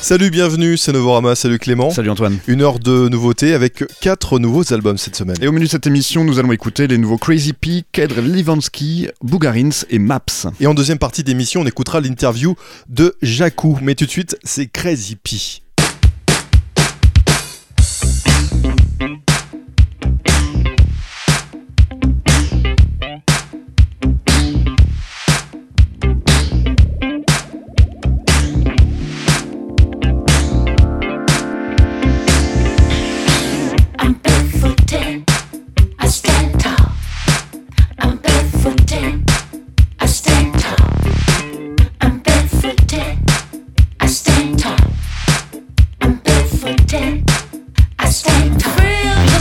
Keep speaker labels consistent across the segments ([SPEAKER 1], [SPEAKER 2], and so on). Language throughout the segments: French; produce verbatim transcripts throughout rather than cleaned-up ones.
[SPEAKER 1] Salut, bienvenue, c'est Novorama, salut Clément.
[SPEAKER 2] Salut Antoine.
[SPEAKER 1] Une heure de nouveautés avec quatre nouveaux albums cette semaine.
[SPEAKER 2] Et au menu de cette émission, nous allons écouter les nouveaux Crazy P, Kedr Livansky, Bougarins et Maps.
[SPEAKER 1] Et en deuxième partie d'émission, on écoutera l'interview de Jacou. Mais tout de suite, c'est Crazy P.
[SPEAKER 3] I stand tall.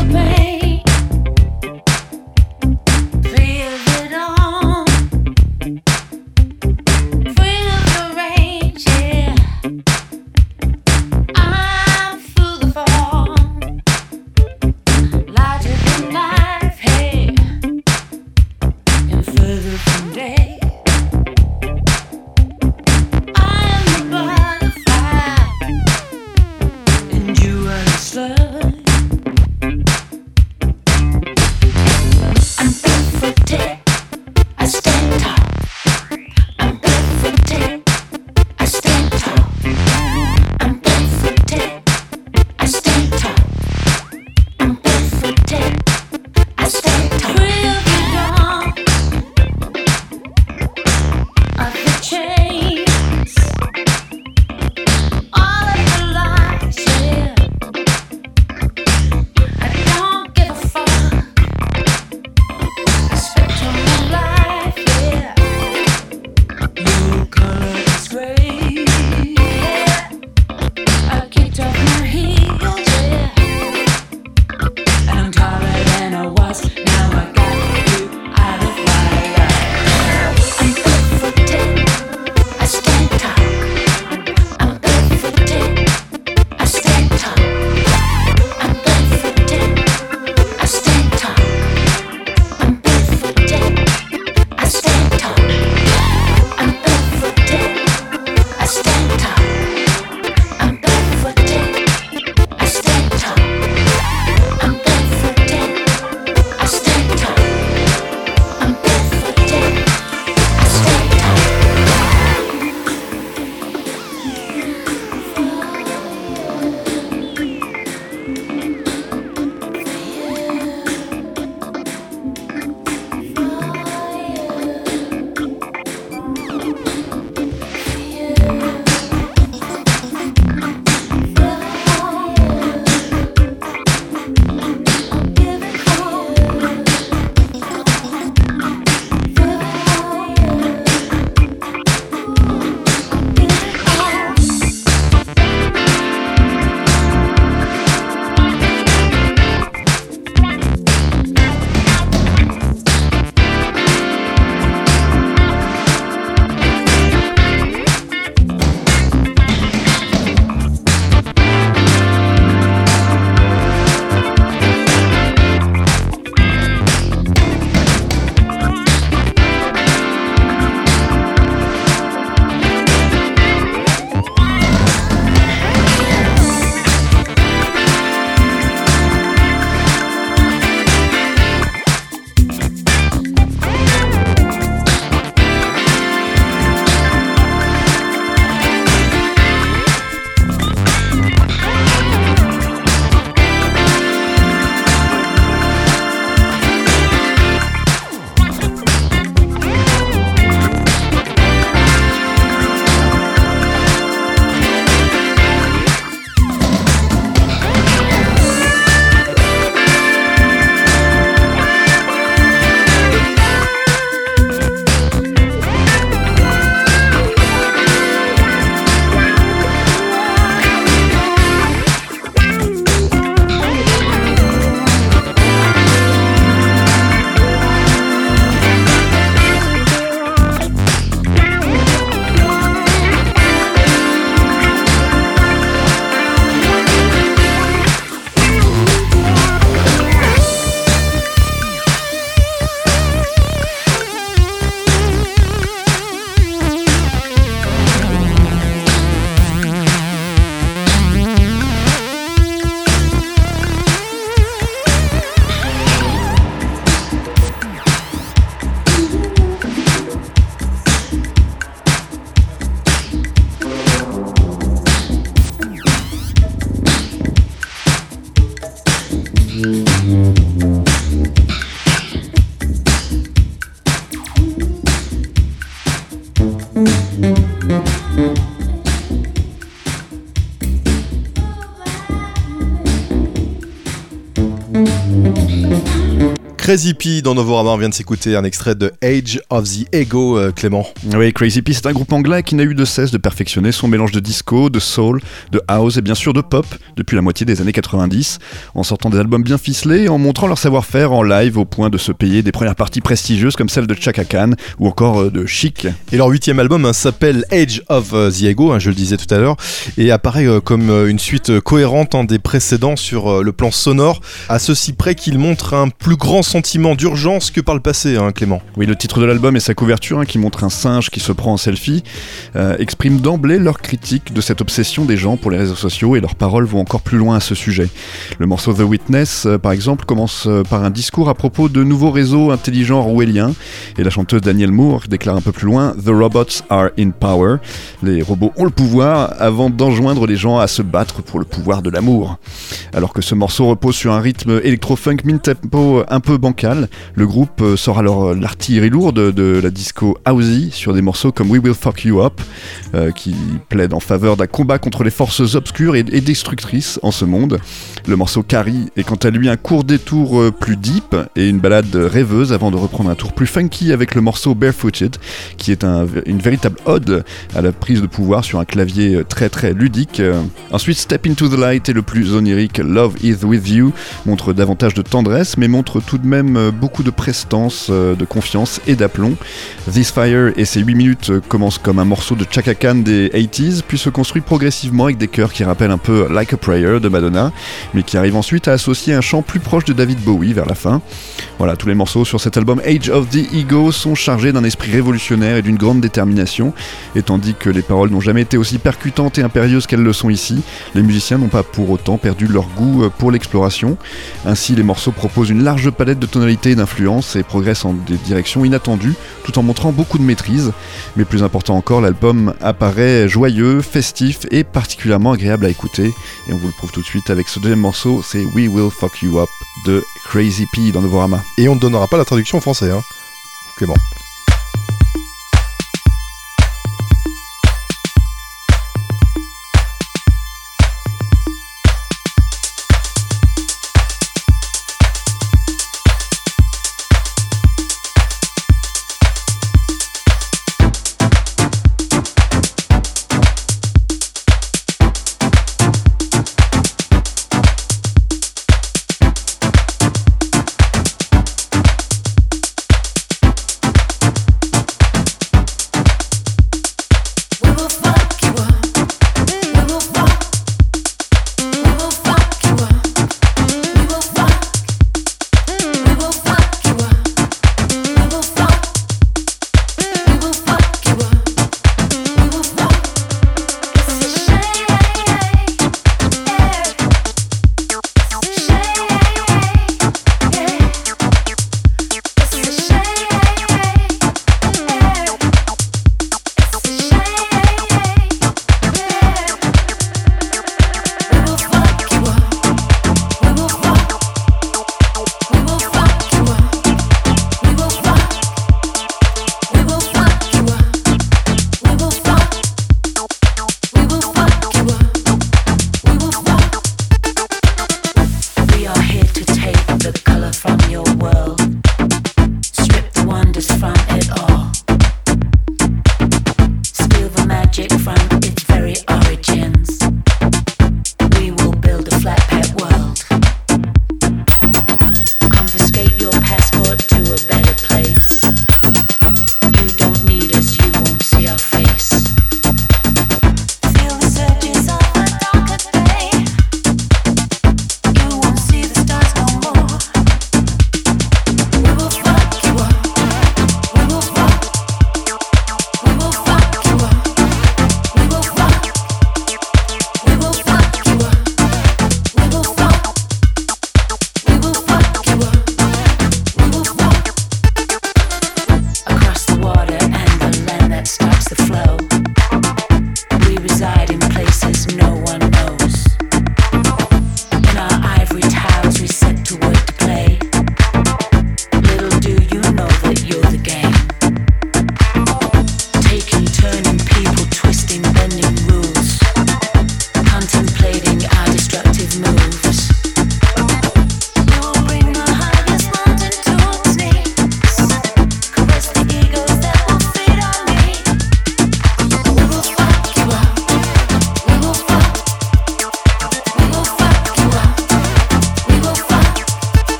[SPEAKER 1] Crazy P dans Novorama, on vient de s'écouter un extrait de Age of the Ego, euh, Clément.
[SPEAKER 2] Oui, Crazy P, c'est un groupe anglais qui n'a eu de cesse de perfectionner son mélange de disco, de soul, de house et bien sûr de pop depuis la moitié des années quatre-vingt-dix, en sortant des albums bien ficelés et en montrant leur savoir-faire en live au point de se payer des premières parties prestigieuses comme celle de Chaka Khan ou encore euh, de Chic.
[SPEAKER 1] Et leur huitième album hein, s'appelle Age of the Ego, hein, je le disais tout à l'heure, et apparaît euh, comme euh, une suite euh, cohérente hein, des précédents sur euh, le plan sonore, à ceci près qu'il montre un plus grand sentiment d'urgence que par le passé, hein, Clément.
[SPEAKER 2] Oui, le titre de l'album et sa couverture, hein, qui montre un singe qui se prend en selfie, euh, expriment d'emblée leur critique de cette obsession des gens pour les réseaux sociaux, et leurs paroles vont encore plus loin à ce sujet. Le morceau The Witness, euh, par exemple, commence euh, par un discours à propos de nouveaux réseaux intelligents orwelliens, et la chanteuse Danielle Moore déclare un peu plus loin « The robots are in power ». Les robots ont le pouvoir, avant d'enjoindre les gens à se battre pour le pouvoir de l'amour. Alors que ce morceau repose sur un rythme électro-funk mid-tempo un peu bancal, le groupe sort alors l'artillerie lourde de la disco housey sur des morceaux comme We Will Fuck You Up, euh, qui plaide en faveur d'un combat contre les forces obscures et, et destructrices en ce monde. Le morceau Carrie est quant à lui un court détour plus deep et une balade rêveuse avant de reprendre un tour plus funky avec le morceau Barefooted, qui est un, une véritable ode à la prise de pouvoir sur un clavier très très ludique. Ensuite, Step Into the Light est le plus onirique, Love Is With You montre davantage de tendresse mais montre tout de même beaucoup de prestance, de confiance et d'aplomb. This Fire et ses huit minutes commencent comme un morceau de Chaka Khan des eighties, puis se construit progressivement avec des chœurs qui rappellent un peu Like a Prayer de Madonna, mais qui arrive ensuite à associer un chant plus proche de David Bowie vers la fin. Voilà, tous les morceaux sur cet album Age of the Ego sont chargés d'un esprit révolutionnaire et d'une grande détermination, et tandis que les paroles n'ont jamais été aussi percutantes et impérieuses qu'elles le sont ici, les musiciens n'ont pas pour autant perdu leur goût pour l'exploration. Ainsi, les morceaux proposent une large palette de tonalités et d'influences et progressent en des directions inattendues, tout en montrant beaucoup de maîtrise. Mais plus important encore, l'album apparaît joyeux, festif et particulièrement agréable à écouter. Et on vous le prouve tout de suite avec ce deuxième morceau, c'est We Will Fuck You Up de Crazy P dans Novorama.
[SPEAKER 1] Et on ne donnera pas la traduction en français, hein, Clément.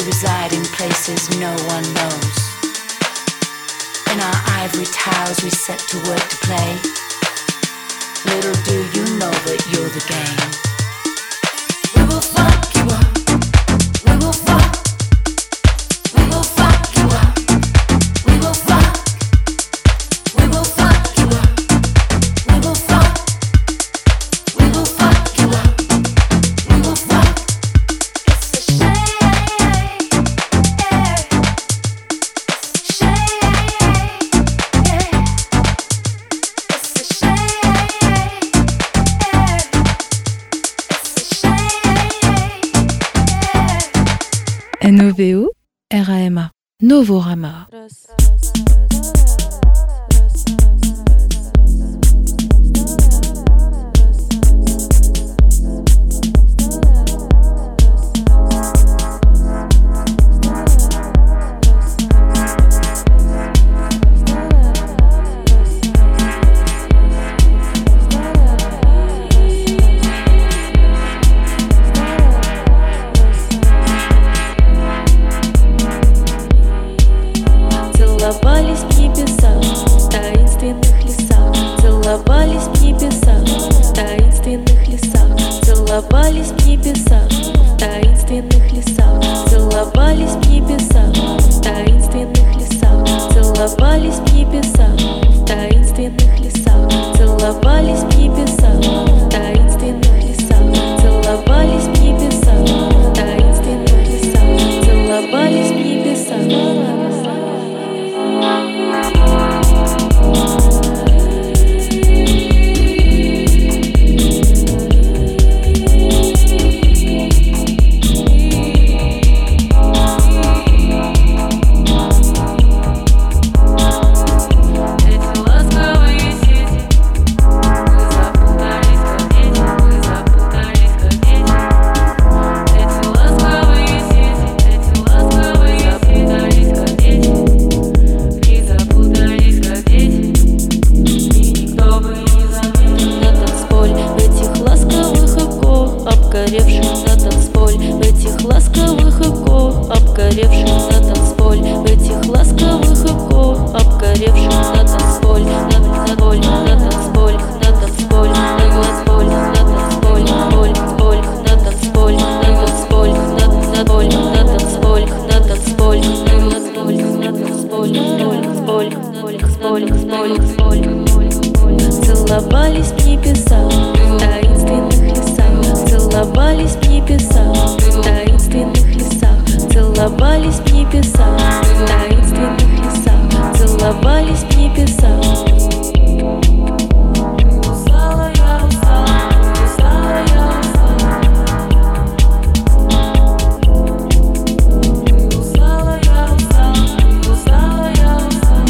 [SPEAKER 3] reside in places no one knows. In our ivory towers we set to work to play. Little do you know that you're the game. We will fuck you up. We will fuck. We will fuck you up. We will fuck. We will fuck you up. We will fuck. We will fuck you up. We will fuck. It's a shame. Shame. It's a shame.
[SPEAKER 4] N O V O R A M A Novorama.
[SPEAKER 5] Целовались в небесах, в таинственных лесах. Целовались в небесах, в таинственных лесах. Целовались в небесах, в таинственных лесах. Целовались в небесах, в таинственных лесах. Целовались в небесах, в таинственных лесах. Целовались в небесах, в таинственных лесах. Целовались в небесах, в таинственных лесах. Целовались в небесах. Целовались в небесах, в таинственных лесах. Целовались в небесах, в таинственных лесах. Целовались в небесах, в таинственных лесах. Целовались в небесах. Устала я, устала, устала я, устала. Устала я, устала, устала я, устала.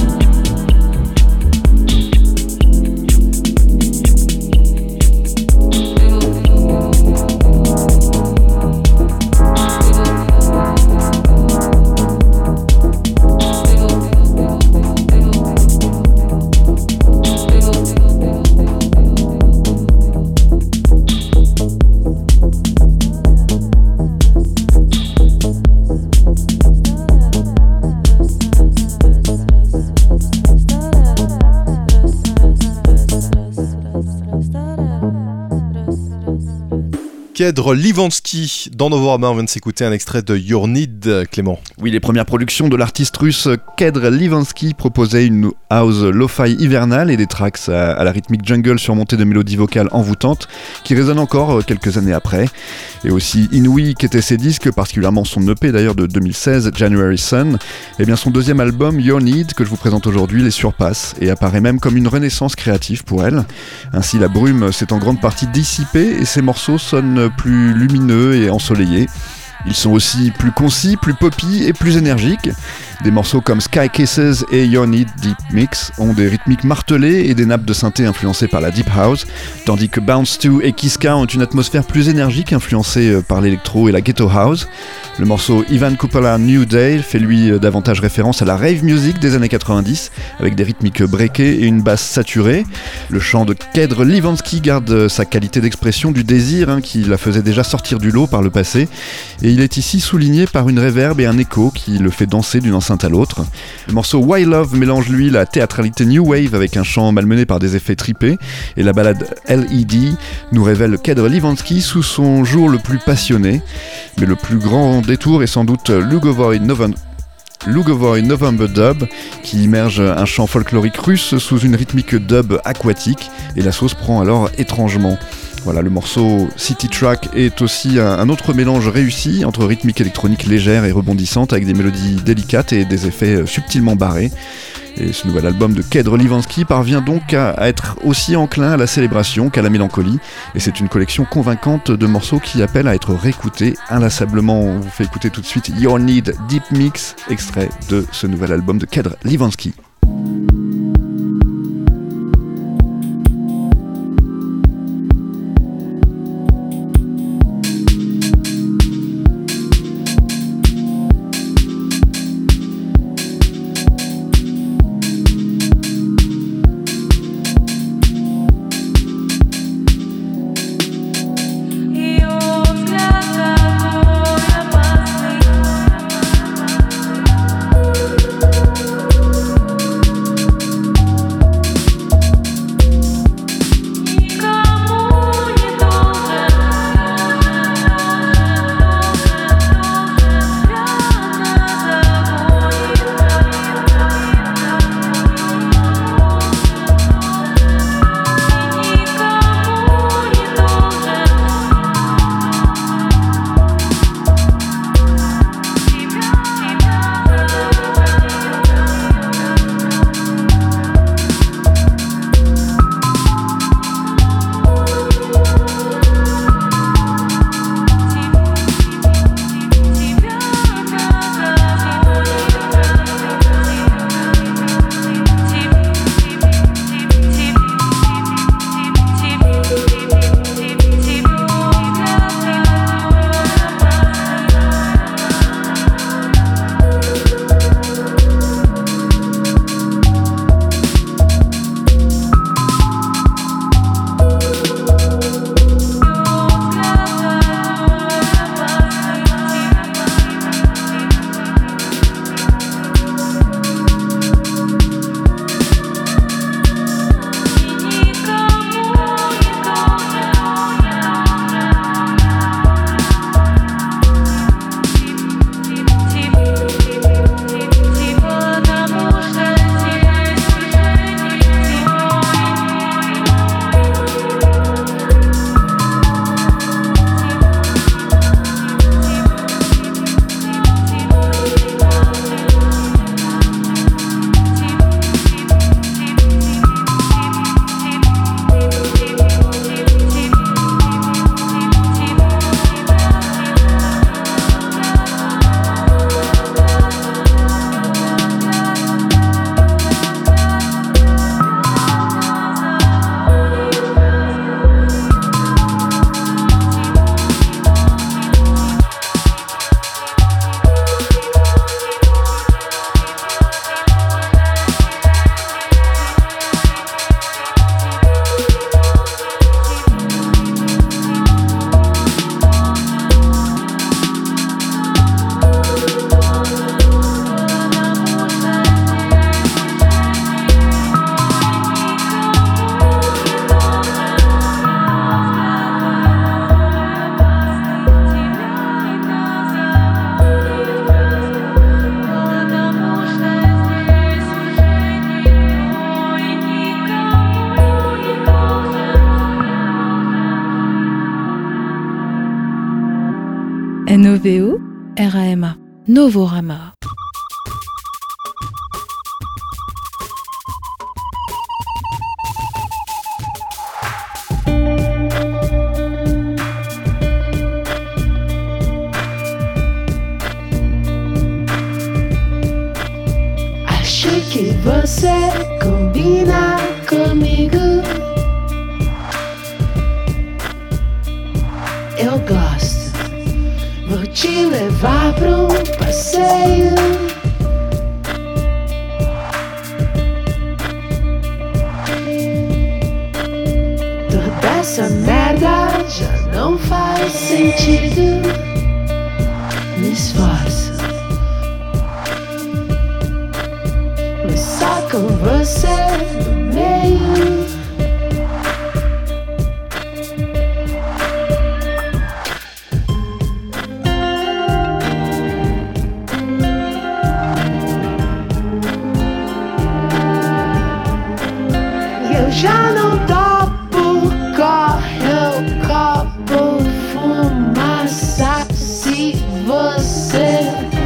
[SPEAKER 1] Kedr Livansky dans Novorama, on vient de s'écouter un extrait de Your Need, Clément.
[SPEAKER 2] Oui, les premières productions de l'artiste russe Kedr Livansky proposaient une house lo-fi hivernale et des tracks à, à la rythmique jungle surmontée de mélodies vocales envoûtantes qui résonnent encore quelques années après. Et aussi inouï qu'étaient ses disques, particulièrement son E P d'ailleurs de deux mille seize, January Sun, et bien son deuxième album Your Need que je vous présente aujourd'hui les surpasse et apparaît même comme une renaissance créative pour elle. Ainsi la brume s'est en grande partie dissipée et ses morceaux sonnent plus lumineux et ensoleillés. Ils sont aussi plus concis, plus poppy et plus énergiques. Des morceaux comme Sky Kisses et Your Need Deep Mix ont des rythmiques martelées et des nappes de synthé influencées par la Deep House, tandis que Bounce two et Kiska ont une atmosphère plus énergique influencée par l'électro et la Ghetto House. Le morceau Ivan Kupala New Day fait lui davantage référence à la rave music des années quatre-vingt-dix, avec des rythmiques breakées et une basse saturée. Le chant de Kedr Livansky garde sa qualité d'expression du désir hein, qui la faisait déjà sortir du lot par le passé, et et il est ici souligné par une réverb et un écho qui le fait danser d'une enceinte à l'autre. Le morceau Why Love mélange lui la théâtralité New Wave avec un chant malmené par des effets tripés, et la ballade L E D nous révèle Kedr Livanski sous son jour le plus passionné. Mais le plus grand détour est sans doute Lugovoy November Lugovoy November Dub, qui immerge un chant folklorique russe sous une rythmique dub aquatique, et la sauce prend alors étrangement. Voilà, le morceau City Track est aussi un, un autre mélange réussi entre rythmique électronique légère et rebondissante avec des mélodies délicates et des effets subtilement barrés. Et ce nouvel album de Kedr Livanski parvient donc à, à être aussi enclin à la célébration qu'à la mélancolie, et c'est une collection convaincante de morceaux qui appellent à être réécoutés inlassablement. On vous fait écouter tout de suite Your Need Deep Mix, extrait de ce nouvel album de Kedr Livanski.
[SPEAKER 4] N O V O R A M A Novorama.
[SPEAKER 6] Acho que você combina comigo. Eu gosto. Vou te levar pra um passeio. Toda essa merda já não faz sentido. com você no meio. Eu já não topo, corre o copo, fumaça. Se você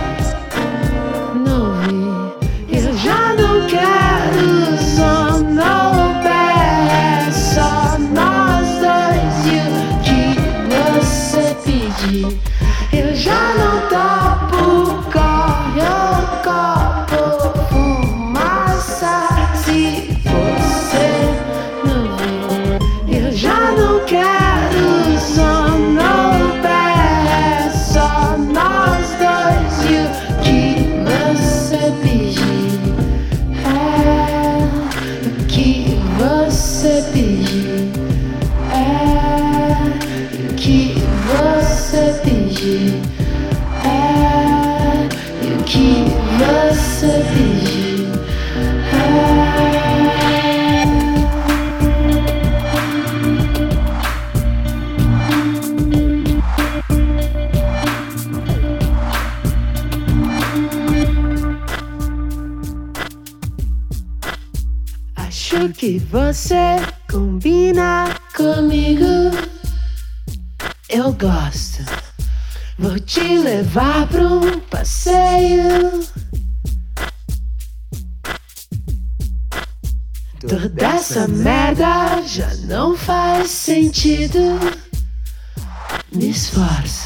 [SPEAKER 6] não vir, eu já não quero sono pé, só nós dois e o que você pedir. Eu já não topo, corre o copo, fumaça. Se você não vir, eu já não quero sono pé, só nós dois e o que você pedir. É o que você pedir. É o que você pedir. É o que você pedir. É. Acho que você combina comigo. Eu gosto. Vou te levar pra um passeio. Toda essa merda já não faz sentido. Me esforço,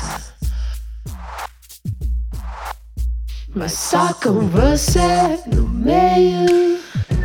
[SPEAKER 6] mas só com você no meio.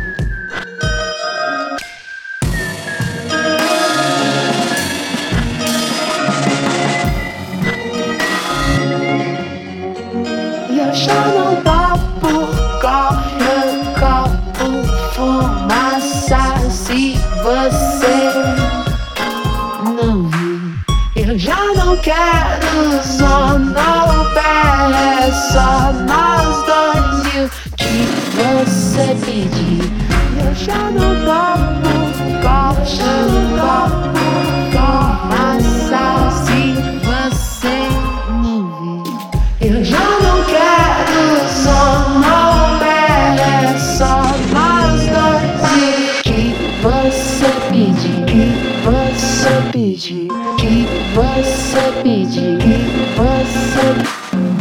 [SPEAKER 6] Eu já não topo, corre o copo, fumaça. Se você não vir, eu já não quero sono pé, só nós dois e o que você pedir. Eu já não topo, corre o copo, fumaça. Se você não vir, eu já não quero sono pé, só nós dois e o que você pedir, que você pedir, que você pedir, que você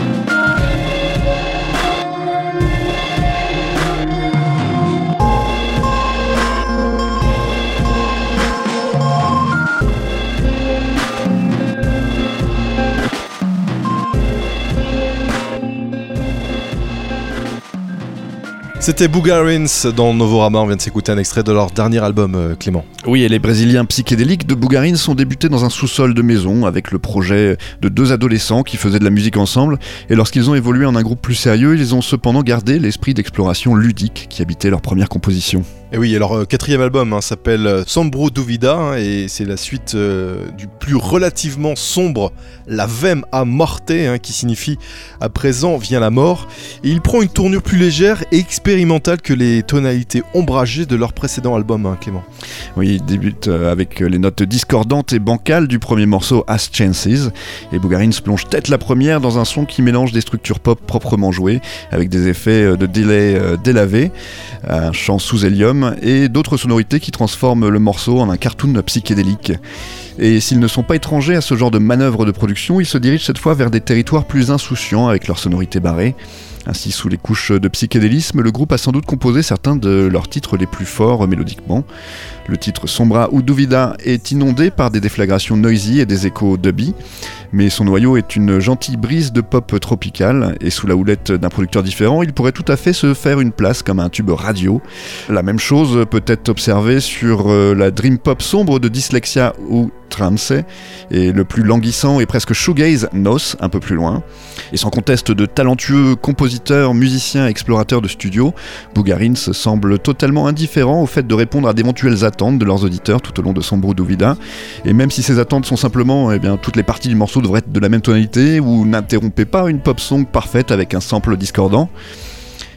[SPEAKER 1] C'était Boogarins dans Novorama, on vient de s'écouter un extrait de leur dernier album, euh, Clément.
[SPEAKER 2] Oui, et les Brésiliens psychédéliques de Boogarins sont débutés dans un sous-sol de maison avec le projet de deux adolescents qui faisaient de la musique ensemble, et lorsqu'ils ont évolué en un groupe plus sérieux, ils ont cependant gardé l'esprit d'exploration ludique qui habitait leur première composition.
[SPEAKER 1] Et oui, et leur euh, quatrième album hein, s'appelle Sombro Duvida, hein, et c'est la suite euh, du plus relativement sombre La Vem a Morte, hein, qui signifie à présent vient la mort, et il prend une tournure plus légère et expérimentale que les tonalités ombragées de leur précédent album, hein, Clément.
[SPEAKER 2] Oui, il débute avec les notes discordantes et bancales du premier morceau As Chances, et Boogarins plonge tête la première dans un son qui mélange des structures pop proprement jouées, avec des effets de delay délavé, un chant sous hélium, et d'autres sonorités qui transforment le morceau en un cartoon psychédélique. Et s'ils ne sont pas étrangers à ce genre de manœuvre de production, ils se dirigent cette fois vers des territoires plus insouciants avec leurs sonorités barrées. Ainsi, sous les couches de psychédélisme, le groupe a sans doute composé certains de leurs titres les plus forts mélodiquement. Le titre Sombra ou Duvida est inondé par des déflagrations noisy et des échos dubby, mais son noyau est une gentille brise de pop tropicale, et sous la houlette d'un producteur différent, il pourrait tout à fait se faire une place comme un tube radio. La même chose peut être observée sur la dream pop sombre de Dyslexia ou Trance, et le plus languissant et presque shoegaze Nos, un peu plus loin. Et sans conteste de talentueux compositeurs, musiciens et explorateurs de studio, Boogarins semble totalement indifférent au fait de répondre à d'éventuelles attentes de leurs auditeurs tout au long de Sombro Duvida. Et même si ces attentes sont simplement, eh bien, toutes les parties du morceau devraient être de la même tonalité ou n'interrompez pas une pop song parfaite avec un sample discordant.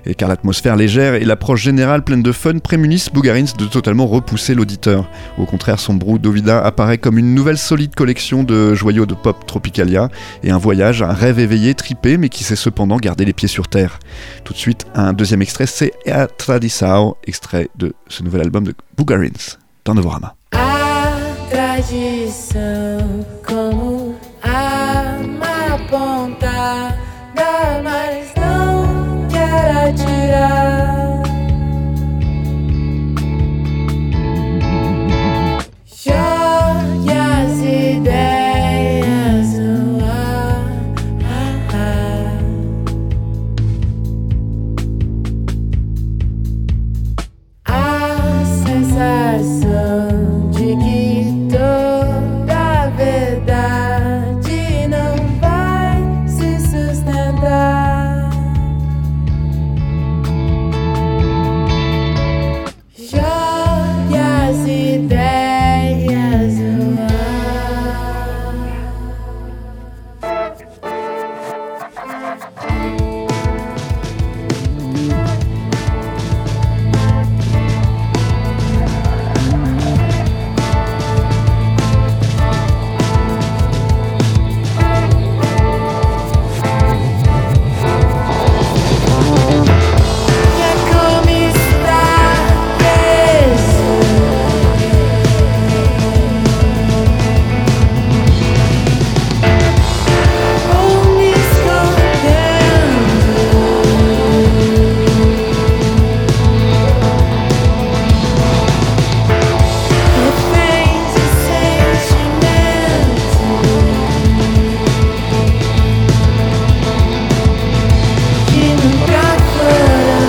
[SPEAKER 2] Et car l'atmosphère légère et l'approche générale pleine de fun prémunissent Boogarins de totalement repousser l'auditeur. Au contraire, son Brut Dovida apparaît comme une nouvelle solide collection de joyaux de pop tropicalia et un voyage, un rêve éveillé, tripé, mais qui sait cependant garder les pieds sur terre. Tout de suite, un deuxième extrait, c'est A Tradição, extrait de ce nouvel album de Boogarins dans Novorama.
[SPEAKER 6] A tradição como a ponta da mas não quero tirar. Jogue as ideias no ar. A sensação de que toda a verdade não vai se sustentar. Jogue as ideias no ar. É como estar preso, ou me escondendo. Refém de sentimento que nunca foram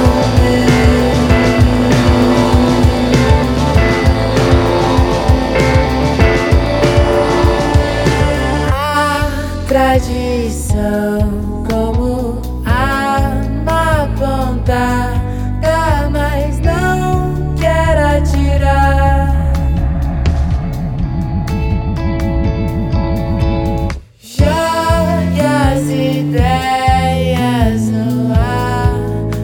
[SPEAKER 6] meus. A tradição como a má ponta dá, mas não quero atirar. Jogue as ideias no ar.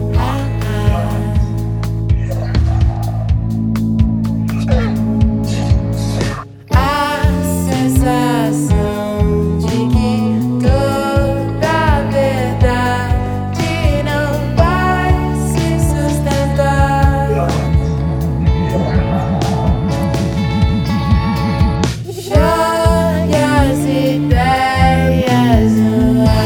[SPEAKER 6] A sensação de que toda a verdade não vai se sustentar. Jogue as ideias no ar.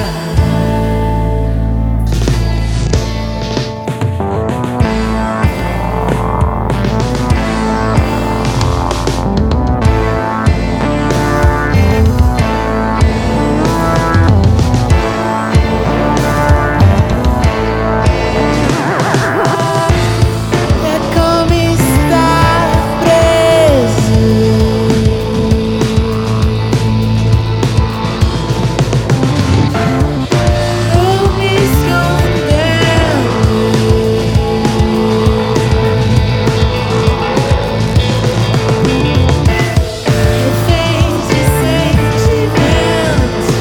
[SPEAKER 6] É como estar preso, ou me escondendo. Refém de sentimentos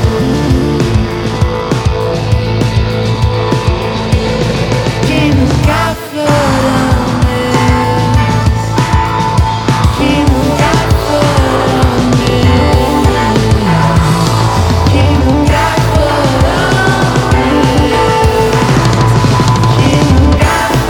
[SPEAKER 6] que nunca foram meus, que nunca foram meus, que nunca foram meus, que nunca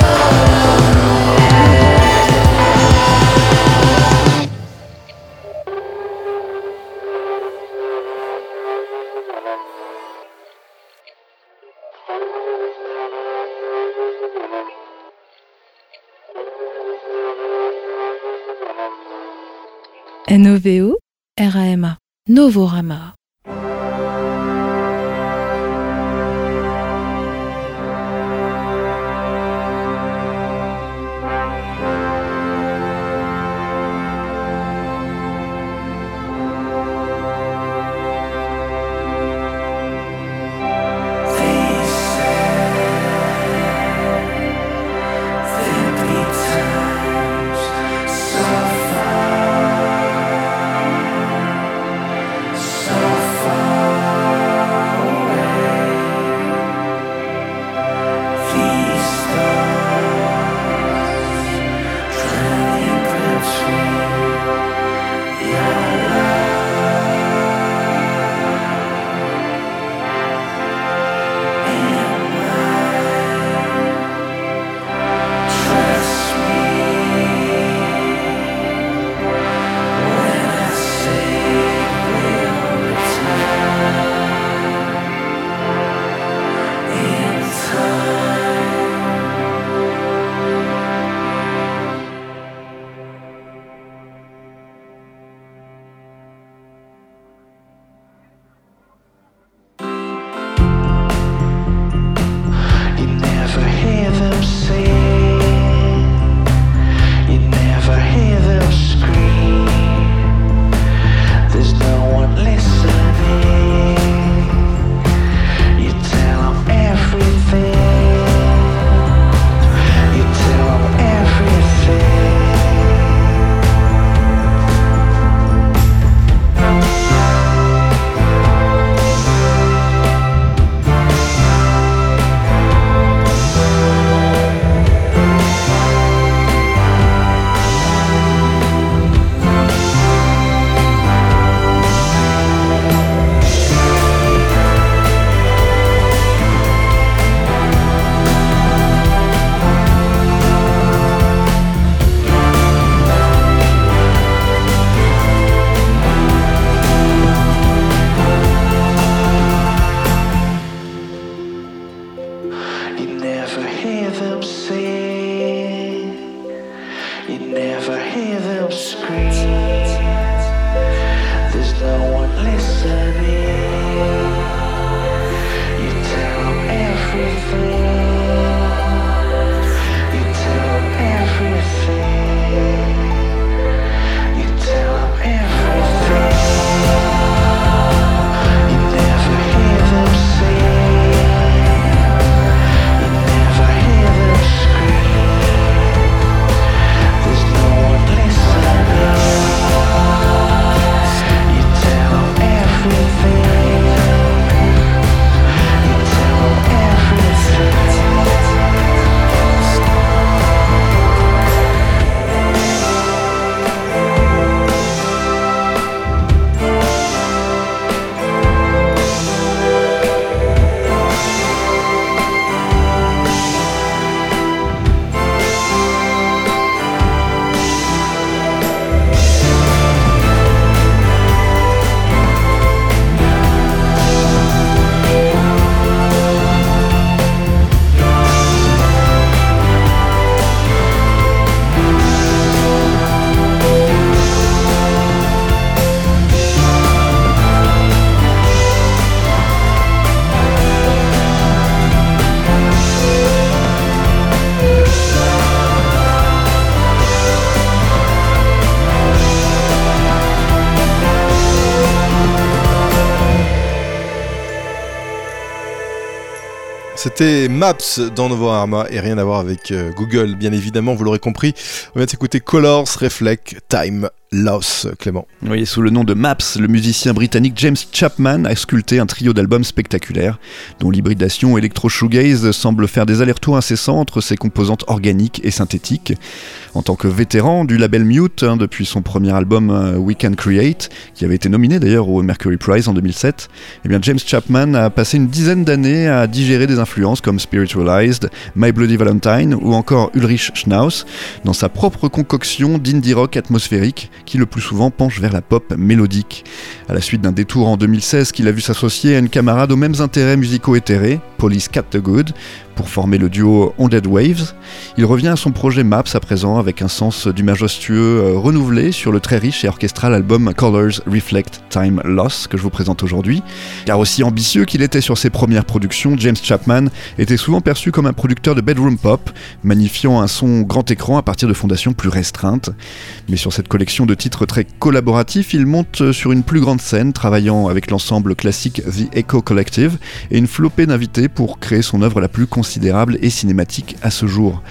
[SPEAKER 4] N O V O R A M A. Novorama.
[SPEAKER 6] so
[SPEAKER 1] C'était Maps dans Novorama et rien à voir avec euh, Google, bien évidemment, vous l'aurez compris. On vient d'écouter Colors, Reflect, Time, Loss, Clément.
[SPEAKER 2] Oui, sous le nom de Maps, le musicien britannique James Chapman a sculpté un trio d'albums spectaculaires, dont l'hybridation électro-shoegaze semble faire des allers-retours incessants entre ses composantes organiques et synthétiques. En tant que vétéran du label Mute, hein, depuis son premier album euh, We Can Create, qui avait été nominé d'ailleurs au Mercury Prize en deux mille sept, eh bien James Chapman a passé une dizaine d'années à digérer des influences comme Spiritualized, My Bloody Valentine ou encore Ulrich Schnauz, dans sa propre concoction d'indie rock atmosphérique qui le plus souvent penche vers la pop mélodique. À la suite d'un détour en deux mille seize qu'il a vu s'associer à une camarade aux mêmes intérêts musicaux éthérés, Police Cat the Good, pour former le duo Haunted Waves, il revient à son projet Maps à présent avec un sens du majestueux euh, renouvelé sur le très riche et orchestral album Colors, Reflect, Time, Loss que je vous présente aujourd'hui. Car aussi ambitieux qu'il était sur ses premières productions, James Chapman était souvent perçu comme un producteur de bedroom pop, magnifiant un son grand écran à partir de fondations plus restreintes. Mais sur cette collection de titres très collaboratifs, il monte sur une plus grande scène, travaillant avec l'ensemble classique The Echo Collective et une flopée d'invités pour créer son œuvre la plus considérable et cinématique à ce jour.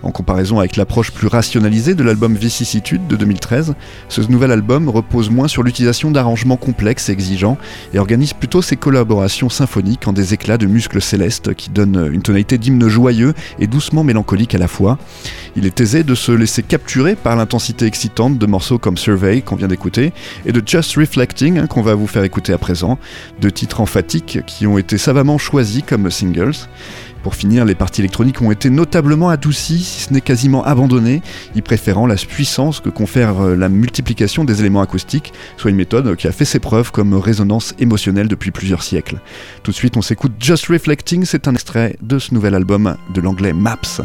[SPEAKER 2] En comparaison avec l'approche plus rationalisée de l'album Vicissitude de deux mille treize, ce nouvel album repose moins sur l'utilisation d'arrangements complexes et exigeants et organise plutôt ses collaborations symphoniques en des éclats de muscles célestes qui donnent une tonalité d'hymne joyeux et doucement mélancolique à la fois. Il est aisé de se laisser capturer par l'intensité excitante de morceaux comme Survey qu'on vient d'écouter et de Just Reflecting hein, qu'on va vous faire écouter à présent, deux titres emphatiques qui ont été savamment choisis comme singles. Pour finir, les parties électroniques ont été notablement adoucies, si ce n'est quasiment abandonnées, y préférant la puissance que confère la multiplication des éléments acoustiques, soit une méthode qui a fait ses preuves comme résonance émotionnelle depuis plusieurs siècles. Tout de suite, on s'écoute Just Reflecting, c'est un extrait de ce nouvel album de l'anglais Maps.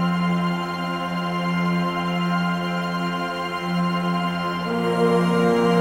[SPEAKER 7] Oh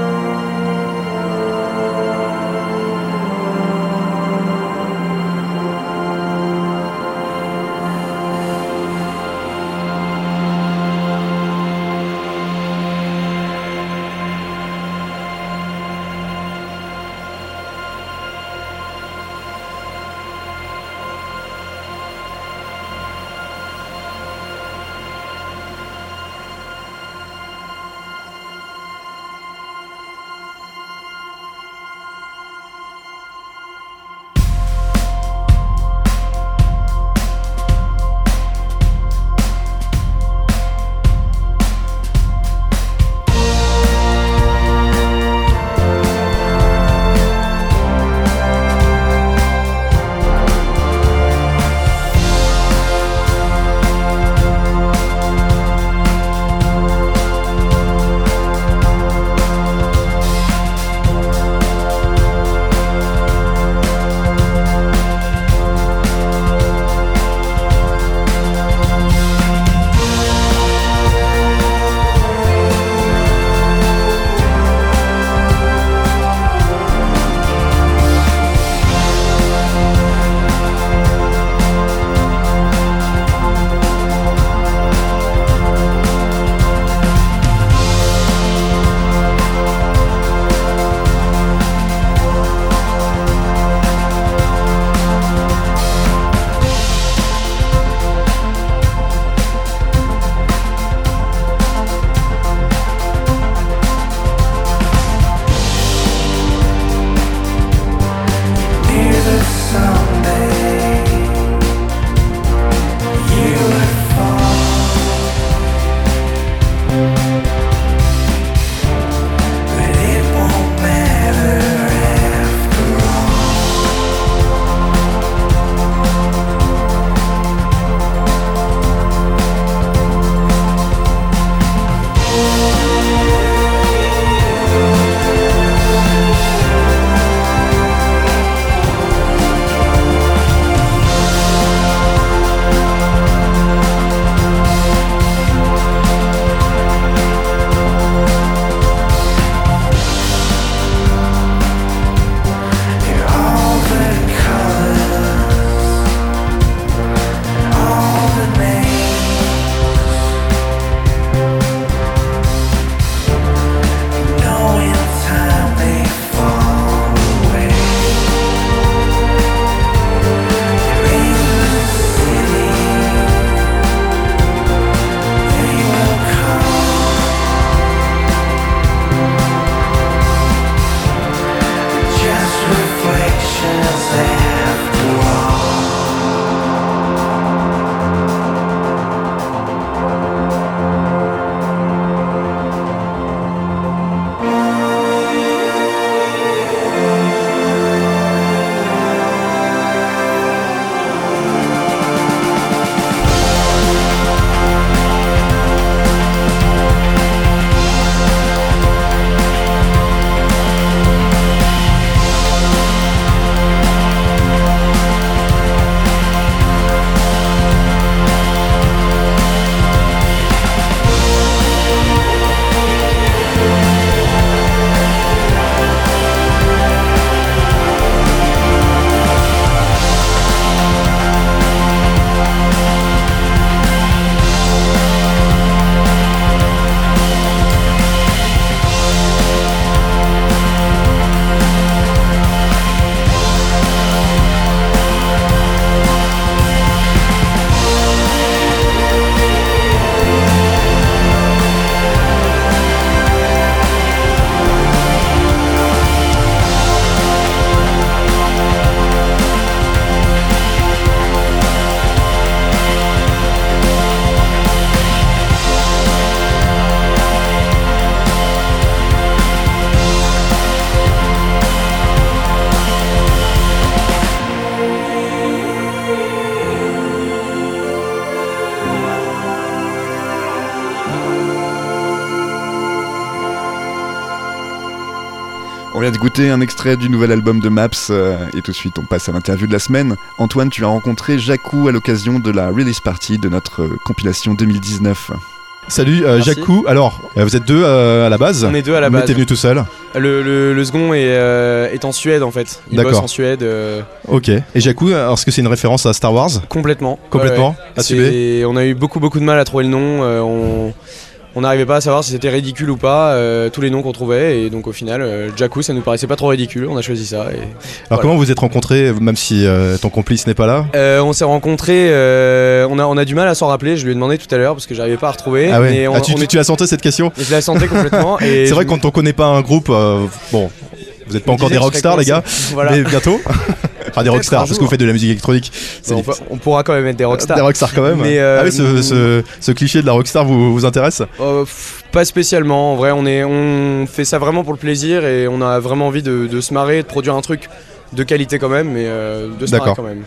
[SPEAKER 2] On vient de goûter un extrait du nouvel album de Maps euh, et tout de suite on passe à l'interview de la semaine. Antoine, tu as rencontré Jacou à l'occasion de la release party de notre euh, compilation deux mille dix-neuf.
[SPEAKER 1] Salut euh, Jacou, alors euh, vous êtes deux euh, à la base.
[SPEAKER 7] On est deux à la
[SPEAKER 1] Vous
[SPEAKER 7] base.
[SPEAKER 1] êtes venu tout seul.
[SPEAKER 7] Le, le, le second est, euh, est en Suède en fait. Il
[SPEAKER 1] D'accord.
[SPEAKER 7] bosse en Suède. euh,
[SPEAKER 1] Ok. Et Jacou, alors, est-ce que c'est une référence à Star Wars?
[SPEAKER 7] complètement.
[SPEAKER 1] Complètement.
[SPEAKER 7] Ouais, ouais.
[SPEAKER 1] Assumé.
[SPEAKER 7] C'est- On a eu beaucoup beaucoup de mal à trouver le nom. euh, on on n'arrivait pas à savoir si c'était ridicule ou pas. euh, tous les noms qu'on trouvait et donc au final, euh, Jacou, ça nous paraissait pas trop ridicule. On a choisi ça. Et...
[SPEAKER 1] Alors
[SPEAKER 7] Voilà.
[SPEAKER 1] comment vous vous êtes rencontrés, même si euh, ton complice n'est pas là?
[SPEAKER 7] Euh, on s'est rencontrés. euh, on a on a du mal à s'en rappeler. Je lui ai demandé tout à l'heure parce que j'arrivais pas à retrouver.
[SPEAKER 1] Ah ouais.
[SPEAKER 7] mais on,
[SPEAKER 1] Ah, tu,
[SPEAKER 7] on
[SPEAKER 1] tu,
[SPEAKER 7] est-
[SPEAKER 1] tu as senti cette question?
[SPEAKER 7] je la sentais complètement. et
[SPEAKER 1] C'est
[SPEAKER 7] je
[SPEAKER 1] vrai
[SPEAKER 7] me-
[SPEAKER 1] que quand on connaît pas un groupe, euh, bon, vous n'êtes pas
[SPEAKER 7] je me
[SPEAKER 1] encore des
[SPEAKER 7] disais que je serais
[SPEAKER 1] rockstars les gars,
[SPEAKER 7] coincé. Voilà.
[SPEAKER 1] mais bientôt. Enfin des rockstars,
[SPEAKER 7] un
[SPEAKER 1] parce que
[SPEAKER 7] jour.
[SPEAKER 1] vous faites de la musique électronique. C'est
[SPEAKER 7] on,
[SPEAKER 1] difficile.
[SPEAKER 7] peut- on pourra quand même être des rockstars.
[SPEAKER 1] Des rockstars quand même.
[SPEAKER 7] Mais, euh,
[SPEAKER 1] ah oui, ce, ce, ce cliché de la rockstar vous, vous intéresse?
[SPEAKER 7] Euh, pff, pas spécialement, en vrai on, est, on fait ça vraiment pour le plaisir et on a vraiment envie de, de se marrer, de produire un truc de qualité quand même, mais euh, de se marrer
[SPEAKER 1] D'accord.
[SPEAKER 7] quand même.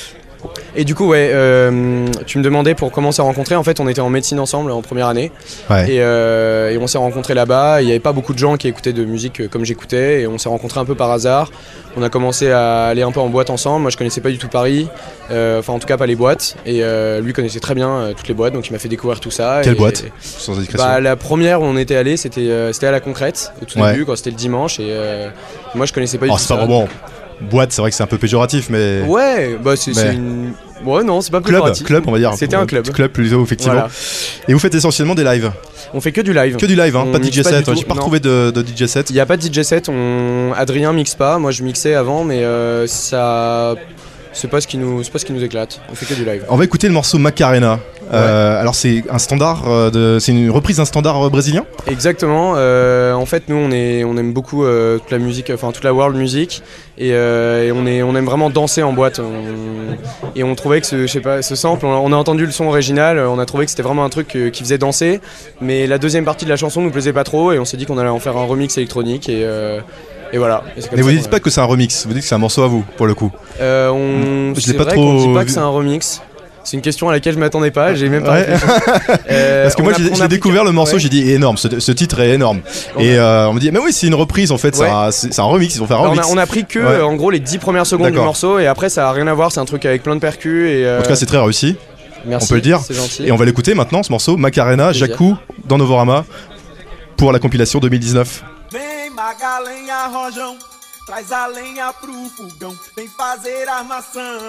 [SPEAKER 7] Et du coup ouais, euh, tu me demandais pour comment on s'est rencontrés, en fait on était en médecine ensemble en première année
[SPEAKER 1] Ouais.
[SPEAKER 7] et, euh, et on s'est rencontrés là-bas, il n'y avait pas beaucoup de gens qui écoutaient de musique euh, comme j'écoutais et on s'est rencontrés un peu par hasard, on a commencé à aller un peu en boîte ensemble, moi je connaissais pas du tout Paris, euh, enfin en tout cas pas les boîtes et euh, lui connaissait très bien euh, toutes les boîtes donc il m'a fait découvrir tout ça.
[SPEAKER 1] Quelle
[SPEAKER 7] et-
[SPEAKER 1] boîte? Sans indiscrétion.
[SPEAKER 7] bah, la première où on était allé, c'était euh, c'était à la Concrète au tout
[SPEAKER 1] Ouais.
[SPEAKER 7] début, quand c'était le dimanche. Et euh, moi, je connaissais pas du
[SPEAKER 1] Oh,
[SPEAKER 7] tout
[SPEAKER 1] c'est pas
[SPEAKER 7] ça.
[SPEAKER 1] vraiment boîte, c'est vrai que c'est un peu péjoratif, mais
[SPEAKER 7] Ouais, bah c'est
[SPEAKER 1] Mais-
[SPEAKER 7] c'est une. Ouais, non, c'est pas plus
[SPEAKER 1] club,
[SPEAKER 7] péjoratif.
[SPEAKER 1] club, on va dire.
[SPEAKER 7] C'était un club.
[SPEAKER 1] Club plutôt, effectivement.
[SPEAKER 7] Voilà.
[SPEAKER 1] Et vous faites essentiellement des lives.
[SPEAKER 7] On fait que du live.
[SPEAKER 1] Que du live, hein,
[SPEAKER 7] On
[SPEAKER 1] pas de
[SPEAKER 7] mixe
[SPEAKER 1] D J
[SPEAKER 7] pas
[SPEAKER 1] set.
[SPEAKER 7] du tout,
[SPEAKER 1] J'ai pas
[SPEAKER 7] non.
[SPEAKER 1] retrouvé de, de D J set.
[SPEAKER 7] Il n'y a pas de D J set. On... Adrien mixe pas. Moi, je mixais avant, mais euh, ça. C'est pas ce qui nous, c'est pas ce qui nous éclate. On fait que du live.
[SPEAKER 1] On va écouter le morceau Macarena. Euh, alors c'est un standard, euh, de... c'est une reprise d'un standard euh, brésilien.
[SPEAKER 7] Exactement. euh, en fait, nous, on, est, on aime beaucoup euh, toute la musique, enfin toute la world music, et, euh, et on, est, on aime vraiment danser en boîte. On- et on trouvait que ce, je sais pas, ce sample, on a, on a entendu le son original, on a trouvé que c'était vraiment un truc euh, qui faisait danser, mais la deuxième partie de la chanson nous plaisait pas trop, et on s'est dit qu'on allait en faire un remix électronique, et, euh, et voilà. Et c'est comme
[SPEAKER 1] Mais vous
[SPEAKER 7] ça
[SPEAKER 1] dites
[SPEAKER 7] qu'on
[SPEAKER 1] pas
[SPEAKER 7] a-
[SPEAKER 1] que c'est un remix, vous dites que c'est un morceau à vous, pour le coup.
[SPEAKER 7] Euh, on,
[SPEAKER 1] Je l'ai
[SPEAKER 7] c'est
[SPEAKER 1] pas
[SPEAKER 7] vrai
[SPEAKER 1] trop
[SPEAKER 7] qu'on dit pas
[SPEAKER 1] vu.
[SPEAKER 7] que c'est un remix. C'est une question à laquelle je m'attendais pas, j'ai même pas
[SPEAKER 1] Ouais.
[SPEAKER 7] réfléchi. Euh,
[SPEAKER 1] Parce que
[SPEAKER 7] on
[SPEAKER 1] moi
[SPEAKER 7] a-
[SPEAKER 1] j'ai
[SPEAKER 7] on
[SPEAKER 1] j'ai
[SPEAKER 7] a pris-
[SPEAKER 1] découvert le morceau,
[SPEAKER 7] ouais.
[SPEAKER 1] j'ai dit énorme, ce, ce titre est énorme.
[SPEAKER 7] On
[SPEAKER 1] Et euh, on me dit mais oui c'est une reprise en fait, c'est
[SPEAKER 7] Ouais.
[SPEAKER 1] un- c'est c'est un remix, ils vont faire un
[SPEAKER 7] Alors, on,
[SPEAKER 1] remix.
[SPEAKER 7] a, on a pris que
[SPEAKER 1] Ouais.
[SPEAKER 7] euh, en gros les dix premières secondes du
[SPEAKER 1] D'accord.
[SPEAKER 7] morceau et après ça a rien à voir, c'est un truc avec plein de percus et euh,
[SPEAKER 1] En tout cas c'est très réussi.
[SPEAKER 7] merci,
[SPEAKER 1] on peut le dire.
[SPEAKER 7] c'est gentil.
[SPEAKER 1] Et on va l'écouter maintenant ce morceau, Macarena,
[SPEAKER 7] Plaisir.
[SPEAKER 1] Jacou dans Novorama pour la compilation deux mille dix-neuf.
[SPEAKER 8] Vem Magalenha Rojão, traz a lenha pro fogão, vem fazer armação.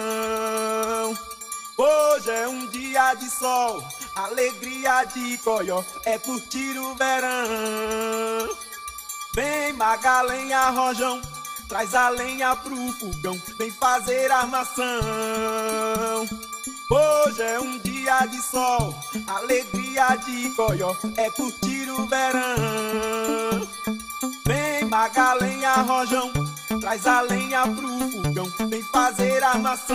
[SPEAKER 8] Hoje é um dia de sol, alegria de coió, é curtir o verão. Vem Magalenha Rojão, traz a lenha pro fogão, vem fazer armação. Hoje é um dia de sol, alegria de coió, é curtir o verão. Vem Magalenha Rojão, traz a lenha pro fogão, vem fazer armação.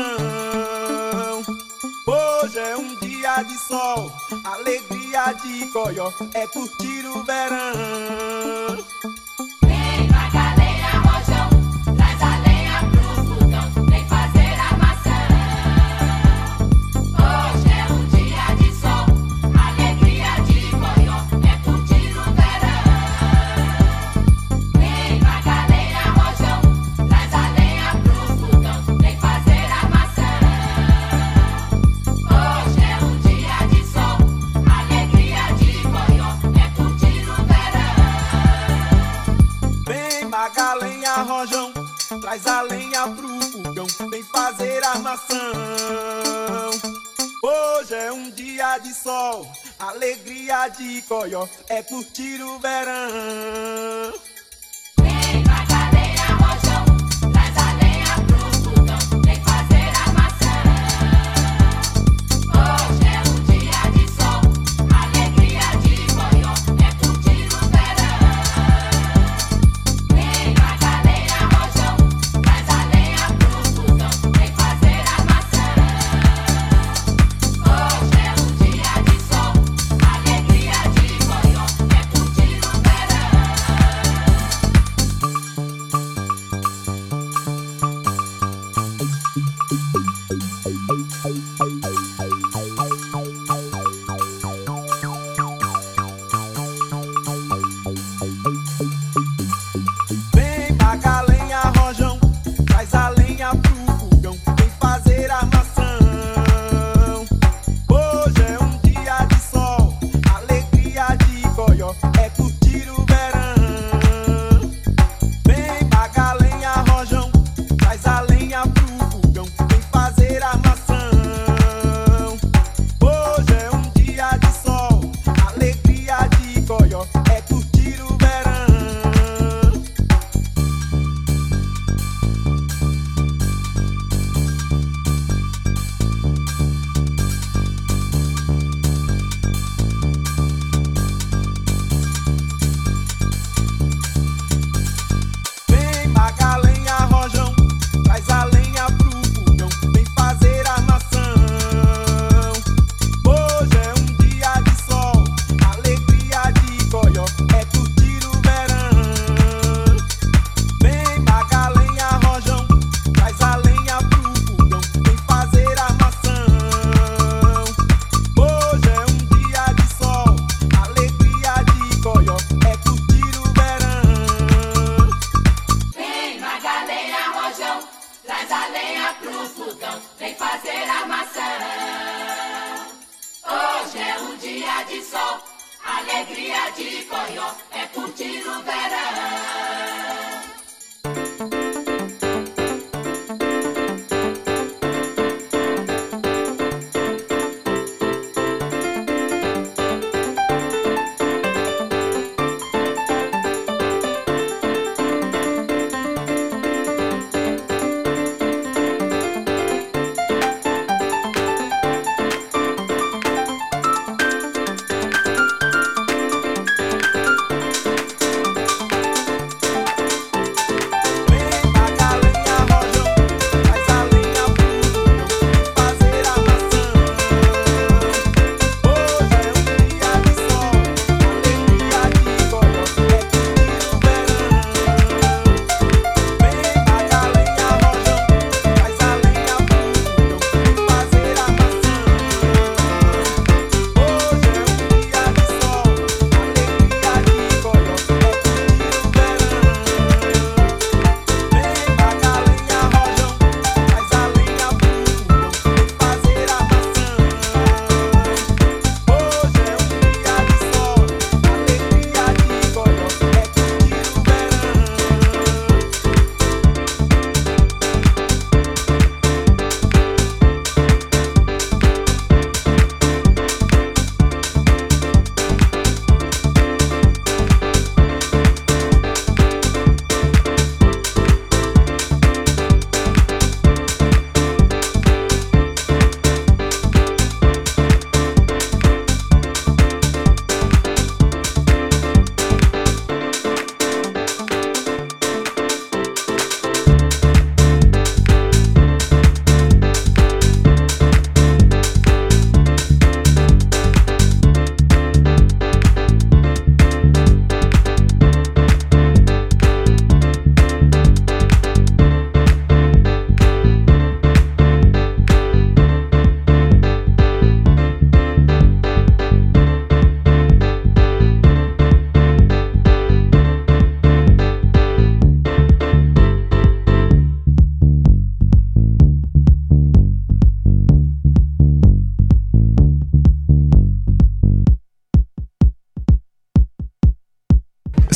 [SPEAKER 8] Hoje é um dia de sol, alegria de coió, é curtir o verão.
[SPEAKER 5] Vem Magalenha Rojão, traz a lenha pro fogão, vem fazer armação. Hoje é um dia de sol, alegria de coió, é curtir o verão. Vem Magalenha Rojão, traz a lenha pro fogão, vem fazer armação. Hoje é um dia de sol, alegria de coió, é curtir o verão.
[SPEAKER 8] Vem Magalenha Rojão, traz a lenha pro fogão, vem fazer armação. Hoje é um dia de sol, alegria de coió, é curtir o verão.
[SPEAKER 5] Vem Magalenha Rojão, traz a lenha pro fogão, vem fazer armação. Hoje é um dia de sol, alegria de coió, é curtir o verão. Vem Magalenha Rojão, traz a lenha pro fogão, vem fazer armação. Hoje é um dia de sol, alegria de coió, é curtir o verão.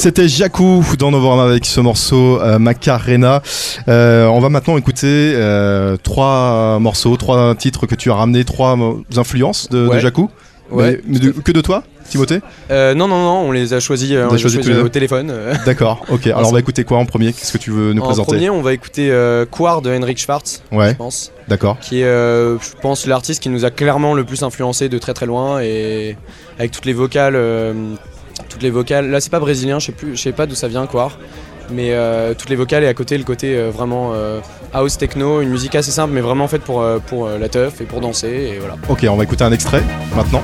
[SPEAKER 1] C'était Jaku dans Novorama avec ce morceau euh, Macarena. Euh, on va maintenant écouter euh, trois morceaux, trois titres que tu as ramenés, trois influences de,
[SPEAKER 7] ouais.
[SPEAKER 1] de Jaku.
[SPEAKER 7] Ouais,
[SPEAKER 1] mais, mais de, que de toi, Timothée?
[SPEAKER 7] euh, Non, non, non, on les a choisis, on on les a choisis au téléphone.
[SPEAKER 1] D'accord, ok. Alors on va écouter quoi en premier? Qu'est-ce que tu veux nous
[SPEAKER 7] en
[SPEAKER 1] présenter?
[SPEAKER 7] En premier, on va écouter euh, Quar de Henrik Schwarz,
[SPEAKER 1] ouais.
[SPEAKER 7] je pense.
[SPEAKER 1] D'accord.
[SPEAKER 7] Qui est, euh, je pense, l'artiste qui nous a clairement le plus influencé de très très loin, et avec toutes les vocales, euh, toutes les vocales. Là, c'est pas brésilien, je sais plus, je sais pas d'où ça vient, Quar. Mais euh, toutes les vocales et à côté le côté euh, vraiment euh, house techno, une musique assez simple mais vraiment faite pour, euh, pour euh, la teuf et pour danser et voilà.
[SPEAKER 1] Ok, on va écouter un extrait maintenant.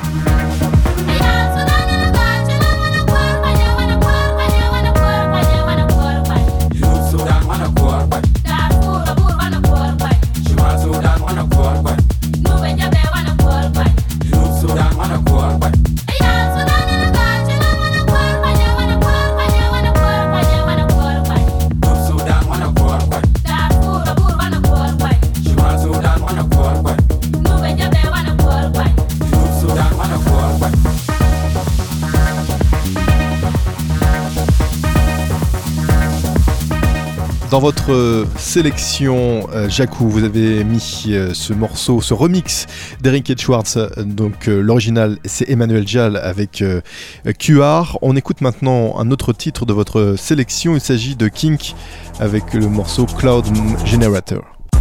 [SPEAKER 1] Dans votre sélection, euh, Jaku, vous avez mis euh, ce morceau, ce remix d'Henrik Schwarz. Donc euh, l'original, c'est Emmanuel Jal avec euh, Q R. On écoute maintenant un autre titre de votre sélection. Il s'agit de Kink avec le morceau Cloud Generator.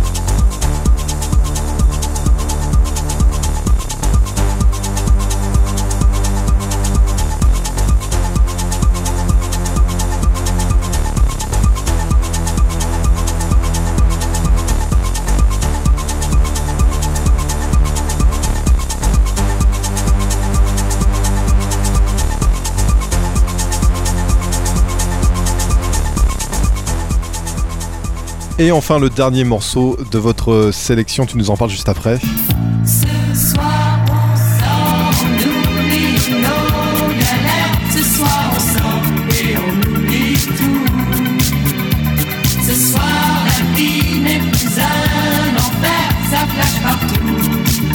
[SPEAKER 1] Et enfin le dernier morceau de votre sélection, tu nous en parles juste après.
[SPEAKER 9] Ce soir on sort, on oublie nos galères. Ce soir on sort et on oublie tout. Ce soir la vie n'est plus un enfer, ça flash partout.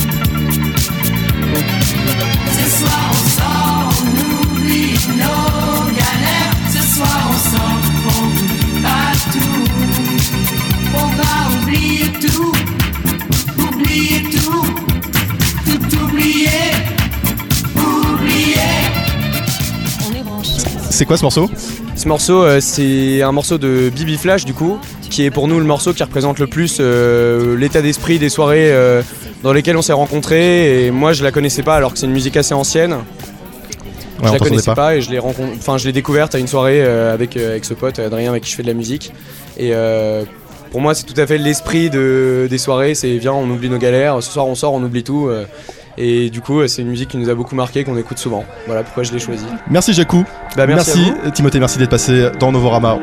[SPEAKER 9] Ce soir on sort, on oublie nos galères. Ce soir on sort, on oublie pas tout. On va oublier tout, oublier tout, tout oublier, oublier.
[SPEAKER 4] On est branché.
[SPEAKER 1] C'est quoi ce morceau?
[SPEAKER 7] Ce morceau, euh, c'est un morceau de Bibi Flash du coup, qui est pour nous le morceau qui représente le plus euh, l'état d'esprit des soirées euh, dans lesquelles on s'est rencontrés. Et moi je la connaissais pas alors que c'est une musique assez ancienne.
[SPEAKER 1] Ouais,
[SPEAKER 7] je la connaissais
[SPEAKER 1] pas.
[SPEAKER 7] pas et je l'ai rencontré, enfin je l'ai découverte à une soirée euh, avec, euh, avec ce pote Adrien avec qui je fais de la musique. Et euh, pour moi c'est tout à fait l'esprit de, des soirées, c'est viens on oublie nos galères, ce soir on sort on oublie tout. Euh, et du coup c'est une musique qui nous a beaucoup marqué, qu'on écoute souvent. Voilà pourquoi je l'ai choisie.
[SPEAKER 1] Merci Jaku.
[SPEAKER 7] Bah, merci,
[SPEAKER 1] merci Timothée, merci d'être passé dans Novorama.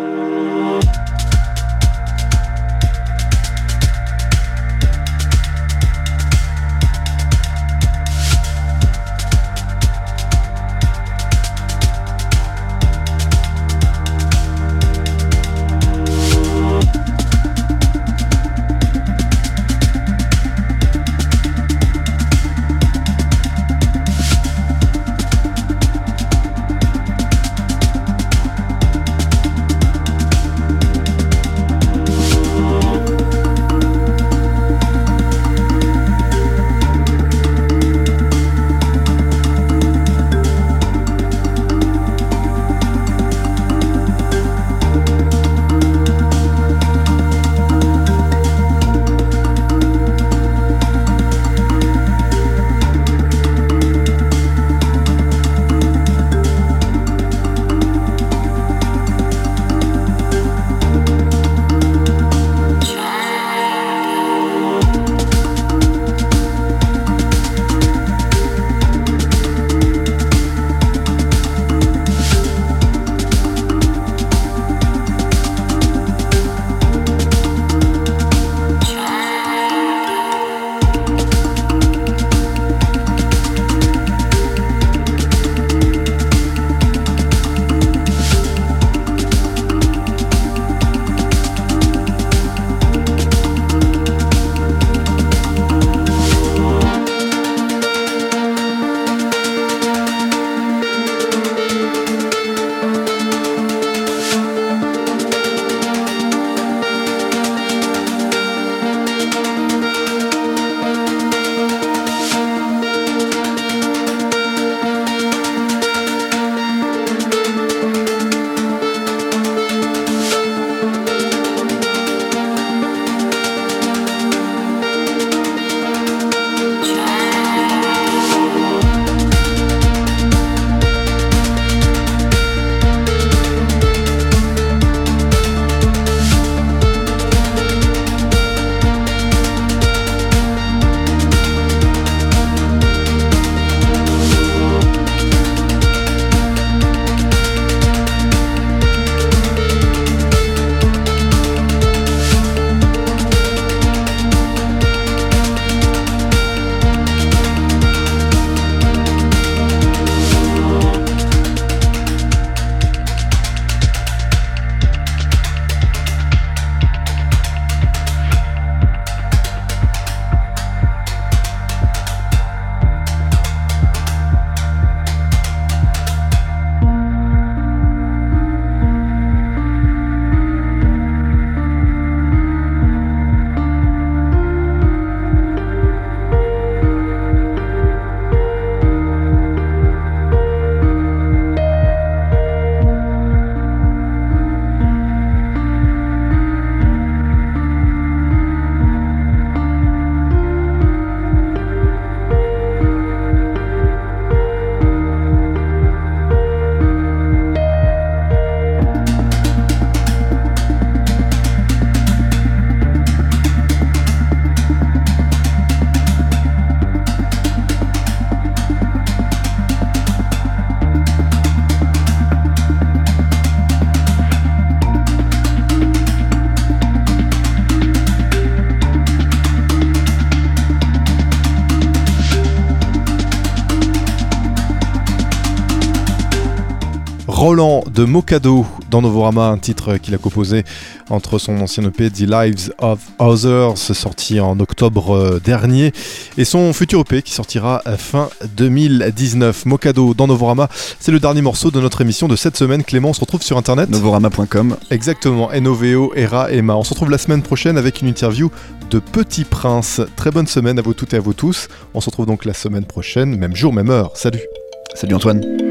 [SPEAKER 1] Roland de Mokado dans Novorama, un titre qu'il a composé entre son ancien E P The Lives of Others, sorti en octobre dernier, et son futur E P qui sortira fin deux mille dix-neuf. Mokado dans Novorama, c'est le dernier morceau de notre émission de cette semaine. Clément, on se retrouve sur internet
[SPEAKER 2] novorama point com.
[SPEAKER 1] Exactement, N O V O, Era, Emma. On se retrouve la semaine prochaine avec une interview de Petit Prince. Très bonne semaine à vous toutes et à vous tous. On se retrouve donc la semaine prochaine, même jour, même heure. Salut.
[SPEAKER 2] Salut Antoine.